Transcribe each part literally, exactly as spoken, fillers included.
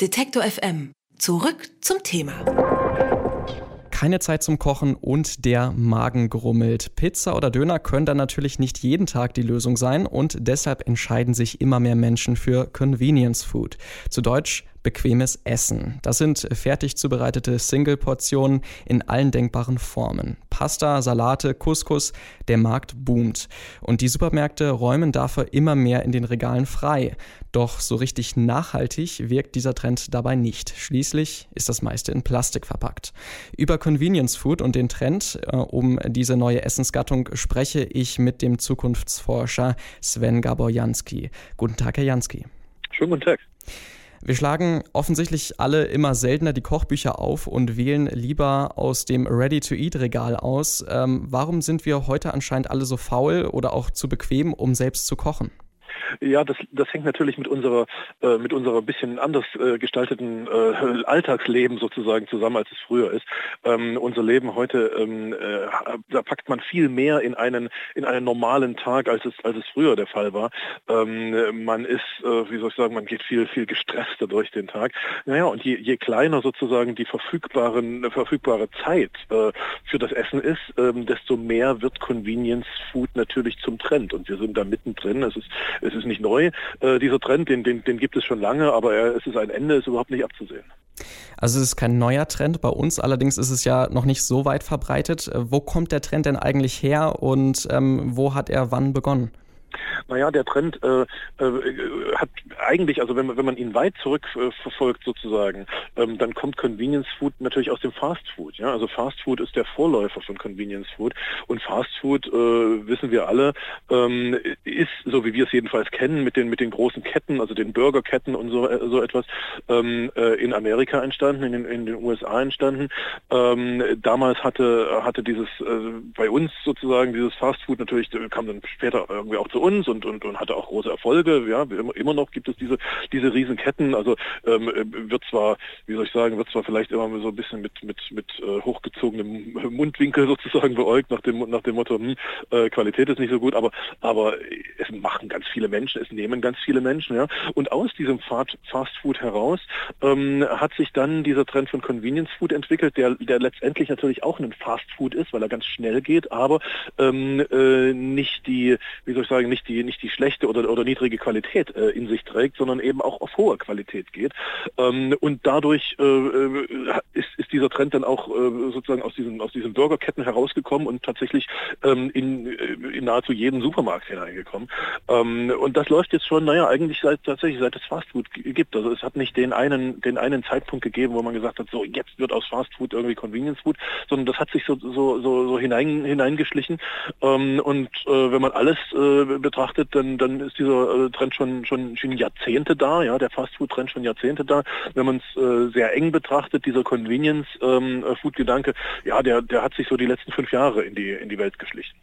Detektor F M. Zurück zum Thema. Keine Zeit zum Kochen und der Magen grummelt. Pizza oder Döner können dann natürlich nicht jeden Tag die Lösung sein und deshalb entscheiden sich immer mehr Menschen für Convenience Food. Zu Deutsch bequemes Essen. Das sind fertig zubereitete Single-Portionen in allen denkbaren Formen. Pasta, Salate, Couscous, der Markt boomt. Und die Supermärkte räumen dafür immer mehr in den Regalen frei. Doch so richtig nachhaltig wirkt dieser Trend dabei nicht. Schließlich ist das meiste in Plastik verpackt. Über Convenience Food und den Trend äh, um diese neue Essensgattung spreche ich mit dem Zukunftsforscher Sven Gabor-Jansky. Guten Tag, Herr Jansky. Schönen guten Tag. Wir schlagen offensichtlich alle immer seltener die Kochbücher auf und wählen lieber aus dem Ready-to-Eat-Regal aus. Ähm, warum sind wir heute anscheinend alle so faul oder auch zu bequem, um selbst zu kochen? Ja, das, das hängt natürlich mit unserer äh, mit unserer bisschen anders äh, gestalteten äh, Alltagsleben sozusagen zusammen, als es früher ist. Ähm, unser Leben heute, ähm, äh, da packt man viel mehr in einen in einen normalen Tag, als es als es früher der Fall war. Ähm, man ist, äh, wie soll ich sagen, man geht viel viel gestresster durch den Tag. Naja, und je, je kleiner sozusagen die verfügbaren verfügbare Zeit äh, für das Essen ist, ähm, desto mehr wird Convenience Food natürlich zum Trend. Und wir sind da mittendrin. Es ist es ist nicht neu, äh, dieser Trend, den, den, den gibt es schon lange, aber er, es ist ein Ende, ist überhaupt nicht abzusehen. Also es ist kein neuer Trend, bei uns allerdings ist es ja noch nicht so weit verbreitet. Wo kommt der Trend denn eigentlich her und ähm, wo hat er wann begonnen? Naja, der Trend äh, äh, hat eigentlich, also wenn man, wenn man ihn weit zurückverfolgt äh, sozusagen, ähm, dann kommt Convenience Food natürlich aus dem Fast Food. Ja? Also Fast Food ist der Vorläufer von Convenience Food und Fast Food, äh, wissen wir alle, ähm, ist, so wie wir es jedenfalls kennen, mit den, mit den großen Ketten, also den Burgerketten und so, äh, so etwas, ähm, äh, in Amerika entstanden, in den, in den U S A entstanden. Ähm, damals hatte, hatte dieses, äh, bei uns sozusagen, dieses Fast Food natürlich, kam dann später irgendwie auch zu uns und, und, und hatte auch große Erfolge. Ja, immer, immer noch gibt es diese, diese Riesenketten. Also ähm, wird zwar, wie soll ich sagen, wird zwar vielleicht immer so ein bisschen mit, mit, mit äh, hochgezogenem Mundwinkel sozusagen beäugt, nach dem, nach dem Motto, hm, äh, Qualität ist nicht so gut, aber, aber es machen ganz viele Menschen, es nehmen ganz viele Menschen. Ja. Und aus diesem Fast Food heraus ähm, hat sich dann dieser Trend von Convenience Food entwickelt, der, der letztendlich natürlich auch ein Fast Food ist, weil er ganz schnell geht, aber ähm, äh, nicht die, wie soll ich sagen, nicht die, nicht die schlechte oder, oder niedrige Qualität äh, in sich trägt, sondern eben auch auf hohe Qualität geht. Ähm, und dadurch äh, ist, ist dieser Trend dann auch äh, sozusagen aus diesen, aus diesen Burgerketten herausgekommen und tatsächlich ähm, in, in nahezu jeden Supermarkt hineingekommen. Ähm, und das läuft jetzt schon, naja, eigentlich seit, tatsächlich seit es Fastfood gibt. Also es hat nicht den einen, den einen Zeitpunkt gegeben, wo man gesagt hat, so jetzt wird aus Fastfood irgendwie Convenience Food, sondern das hat sich so, so, so, so hinein, hineingeschlichen. Ähm, und äh, wenn man alles äh, betrachtet, dann, dann ist dieser äh, Trend schon, schon, schon Jahrzehnte da, ja, der Fastfood-Trend schon Jahrzehnte da. Wenn man es äh, sehr eng betrachtet, dieser Convenience-Food-Gedanke, ähm, ja, der, der hat sich so die letzten fünf Jahre in die, in die Welt geschlichen.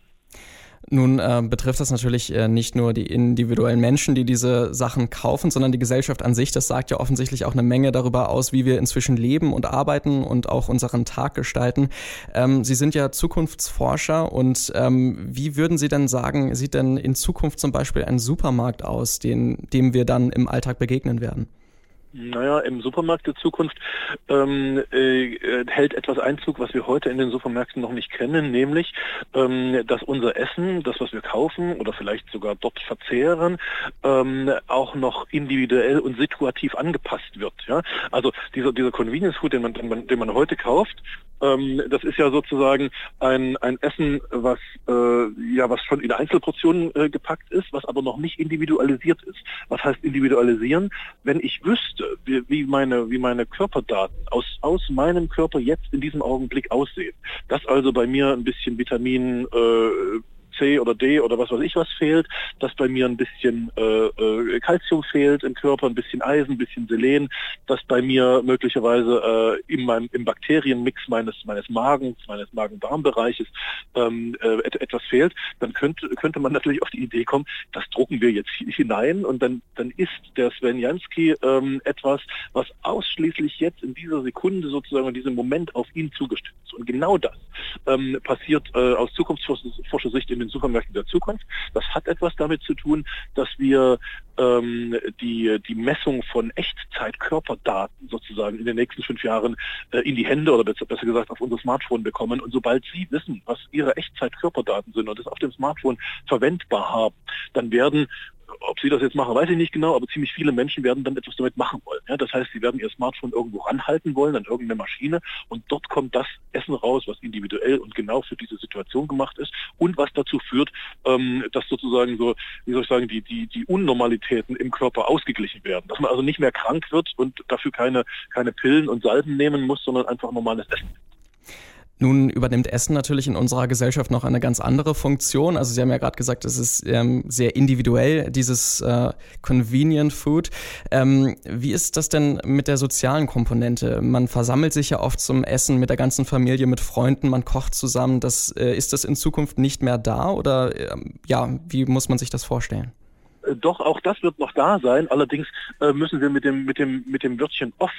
Nun äh, betrifft das natürlich äh, nicht nur die individuellen Menschen, die diese Sachen kaufen, sondern die Gesellschaft an sich. Das sagt ja offensichtlich auch eine Menge darüber aus, wie wir inzwischen leben und arbeiten und auch unseren Tag gestalten. Ähm, Sie sind ja Zukunftsforscher und ähm, wie würden Sie denn sagen, sieht denn in Zukunft zum Beispiel ein Supermarkt aus, den, dem wir dann im Alltag begegnen werden? Naja, im Supermarkt der Zukunft ähm, äh, hält etwas Einzug, was wir heute in den Supermärkten noch nicht kennen, nämlich, ähm, dass unser Essen, das, was wir kaufen oder vielleicht sogar dort verzehren, ähm, auch noch individuell und situativ angepasst wird. Ja? Also dieser, dieser Convenience Food, den man, den man, den man heute kauft, ähm, das ist ja sozusagen ein, ein Essen, was, äh, ja, was schon in Einzelportionen äh, gepackt ist, was aber noch nicht individualisiert ist. Was heißt individualisieren? Wenn ich wüsste, wie, wie meine, wie meine Körperdaten aus, aus meinem Körper jetzt in diesem Augenblick aussehen, dass also bei mir ein bisschen Vitamin äh, C oder D oder was weiß ich was fehlt, dass bei mir ein bisschen äh, äh, Calcium fehlt im Körper, ein bisschen Eisen, ein bisschen Selen, dass bei mir möglicherweise äh, in meinem, im Bakterienmix meines, meines Magens, meines Magen-Darm-Bereiches ähm, äh, et, etwas fehlt, dann könnte, könnte man natürlich auf die Idee kommen, das drucken wir jetzt hinein und dann, dann ist der Sven Jansky ähm, etwas, was ausschließlich jetzt in dieser Sekunde sozusagen in diesem Moment auf ihn zugestimmt ist. Und genau das ähm, passiert äh, aus Zukunftsforschersicht in den Supermärkten der Zukunft. Das hat etwas damit zu tun, dass wir ähm, die, die Messung von Echtzeitkörperdaten sozusagen in den nächsten fünf Jahren äh, in die Hände oder besser, besser gesagt auf unser Smartphone bekommen. Und sobald Sie wissen, was Ihre Echtzeitkörperdaten sind und das auf dem Smartphone verwendbar haben, dann werden, ob Sie das jetzt machen, weiß ich nicht genau, aber ziemlich viele Menschen werden dann etwas damit machen wollen. Ja, das heißt, sie werden ihr Smartphone irgendwo ranhalten wollen an irgendeine Maschine und dort kommt das Essen raus, was individuell und genau für diese Situation gemacht ist und was dazu führt, ähm, dass sozusagen so, wie soll ich sagen, die, die, die Unnormalitäten im Körper ausgeglichen werden. Dass man also nicht mehr krank wird und dafür keine, keine Pillen und Salben nehmen muss, sondern einfach normales Essen. Nun übernimmt Essen natürlich in unserer Gesellschaft noch eine ganz andere Funktion. Also Sie haben ja gerade gesagt, es ist ähm, sehr individuell, dieses äh, Convenient Food. Ähm, wie ist das denn mit der sozialen Komponente? Man versammelt sich ja oft zum Essen mit der ganzen Familie, mit Freunden, man kocht zusammen. Das, äh, ist das in Zukunft nicht mehr da oder äh, ja, wie muss man sich das vorstellen? Doch, auch das wird noch da sein. Allerdings äh, müssen wir mit dem mit dem mit dem Wörtchen oft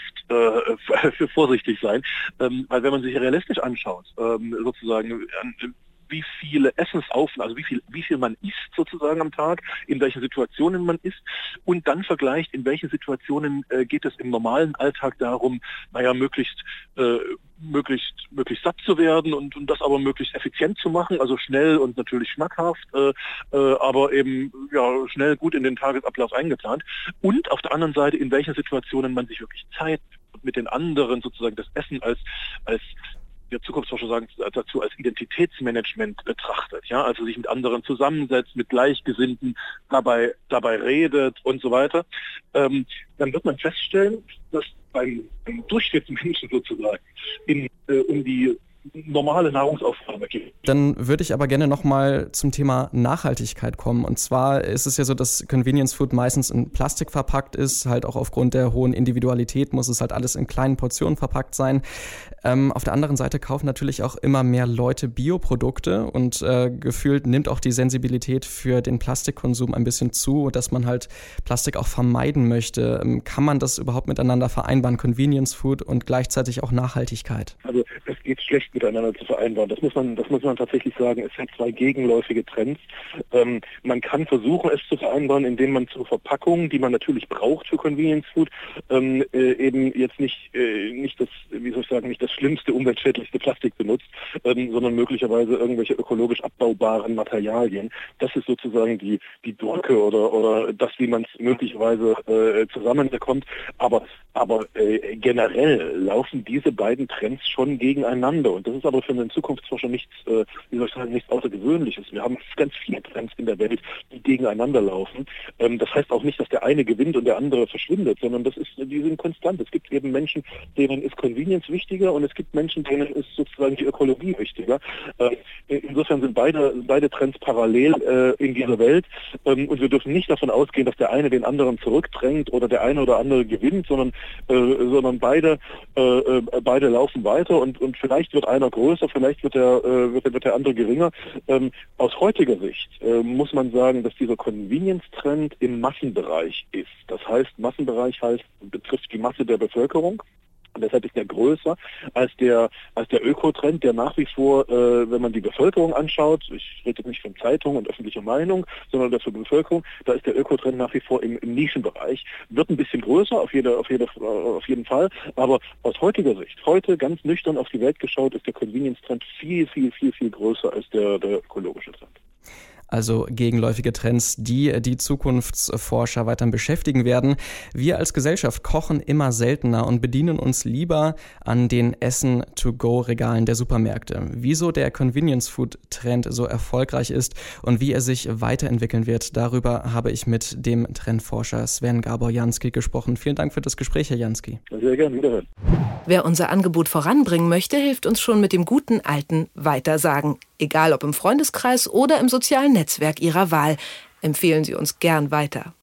äh, für vorsichtig sein, ähm, weil wenn man sich realistisch anschaut, ähm, sozusagen äh, wie viele Essensaufnahmen, also wie viel wie viel man isst sozusagen am Tag, in welchen Situationen man isst und dann vergleicht, in welchen Situationen äh, geht es im normalen Alltag darum, naja, möglichst äh, möglichst möglichst satt zu werden und, und das aber möglichst effizient zu machen, also schnell und natürlich schmackhaft, äh, äh, aber eben ja schnell gut in den Tagesablauf eingeplant. Und auf der anderen Seite, in welchen Situationen man sich wirklich Zeit mit den anderen sozusagen das Essen als als wir Zukunftsforscher sagen dazu als Identitätsmanagement betrachtet, ja, also sich mit anderen zusammensetzt, mit Gleichgesinnten dabei dabei redet und so weiter, ähm, dann wird man feststellen, dass beim, beim Durchschnittsmenschen sozusagen in, äh, um die normale Nahrungsaufnahme geht. Dann würde ich aber gerne nochmal zum Thema Nachhaltigkeit kommen. Und zwar ist es ja so, dass Convenience Food meistens in Plastik verpackt ist. Halt auch aufgrund der hohen Individualität muss es halt alles in kleinen Portionen verpackt sein. Ähm, auf der anderen Seite kaufen natürlich auch immer mehr Leute Bioprodukte und äh, gefühlt nimmt auch die Sensibilität für den Plastikkonsum ein bisschen zu, dass man halt Plastik auch vermeiden möchte. Ähm, kann man das überhaupt miteinander vereinbaren, Convenience Food und gleichzeitig auch Nachhaltigkeit? Also es geht schlecht miteinander zu vereinbaren. Das muss man, das muss man tatsächlich sagen. Es sind zwei gegenläufige Trends. Ähm, man kann versuchen, es zu vereinbaren, indem man zur Verpackung, die man natürlich braucht für Convenience Food, ähm, äh, eben jetzt nicht, äh, nicht das, wie soll ich sagen, nicht das schlimmste, umweltschädlichste Plastik benutzt, ähm, sondern möglicherweise irgendwelche ökologisch abbaubaren Materialien. Das ist sozusagen die, die Brücke oder, oder das, wie man es möglicherweise äh, zusammenbekommt. Aber, aber äh, generell laufen diese beiden Trends schon gegeneinander. Und das ist aber für einen Zukunftsforscher nichts, äh, wie soll ich sagen, nichts Außergewöhnliches. Wir haben ganz viele Trends in der Welt, die gegeneinander laufen. Ähm, das heißt auch nicht, dass der eine gewinnt und der andere verschwindet, sondern das ist, die sind konstant. Es gibt eben Menschen, denen ist Convenience wichtiger und es gibt Menschen, denen ist sozusagen die Ökologie wichtiger. Äh, insofern sind beide, beide Trends parallel äh, in dieser Welt ähm, und wir dürfen nicht davon ausgehen, dass der eine den anderen zurückdrängt oder der eine oder andere gewinnt, sondern, äh, sondern beide, äh, beide laufen weiter und, und vielleicht wird einer größer, vielleicht wird der, äh, wird, wird der andere geringer. Ähm, aus heutiger Sicht äh, muss man sagen, dass dieser Convenience-Trend im Massenbereich ist. Das heißt, Massenbereich heißt, betrifft die Masse der Bevölkerung. Und deshalb ist der größer als der als der Ökotrend, der nach wie vor, äh, wenn man die Bevölkerung anschaut, ich rede jetzt nicht von Zeitung und öffentlicher Meinung, sondern der für Bevölkerung, da ist der Ökotrend nach wie vor im, im Nischenbereich, wird ein bisschen größer, auf, jede, auf, jede, auf jeden Fall, aber aus heutiger Sicht, heute ganz nüchtern auf die Welt geschaut, ist der Convenience-Trend viel, viel, viel, viel größer als der, der ökologische Trend. Also gegenläufige Trends, die die Zukunftsforscher weiterhin beschäftigen werden. Wir als Gesellschaft kochen immer seltener und bedienen uns lieber an den Essen-to-go-Regalen der Supermärkte. Wieso der Convenience-Food-Trend so erfolgreich ist und wie er sich weiterentwickeln wird, darüber habe ich mit dem Trendforscher Sven Gabor-Jansky gesprochen. Vielen Dank für das Gespräch, Herr Jansky. Sehr gerne, wiederhören. Wer unser Angebot voranbringen möchte, hilft uns schon mit dem guten alten Weitersagen. Egal ob im Freundeskreis oder im sozialen Netzwerk Ihrer Wahl. Empfehlen Sie uns gern weiter.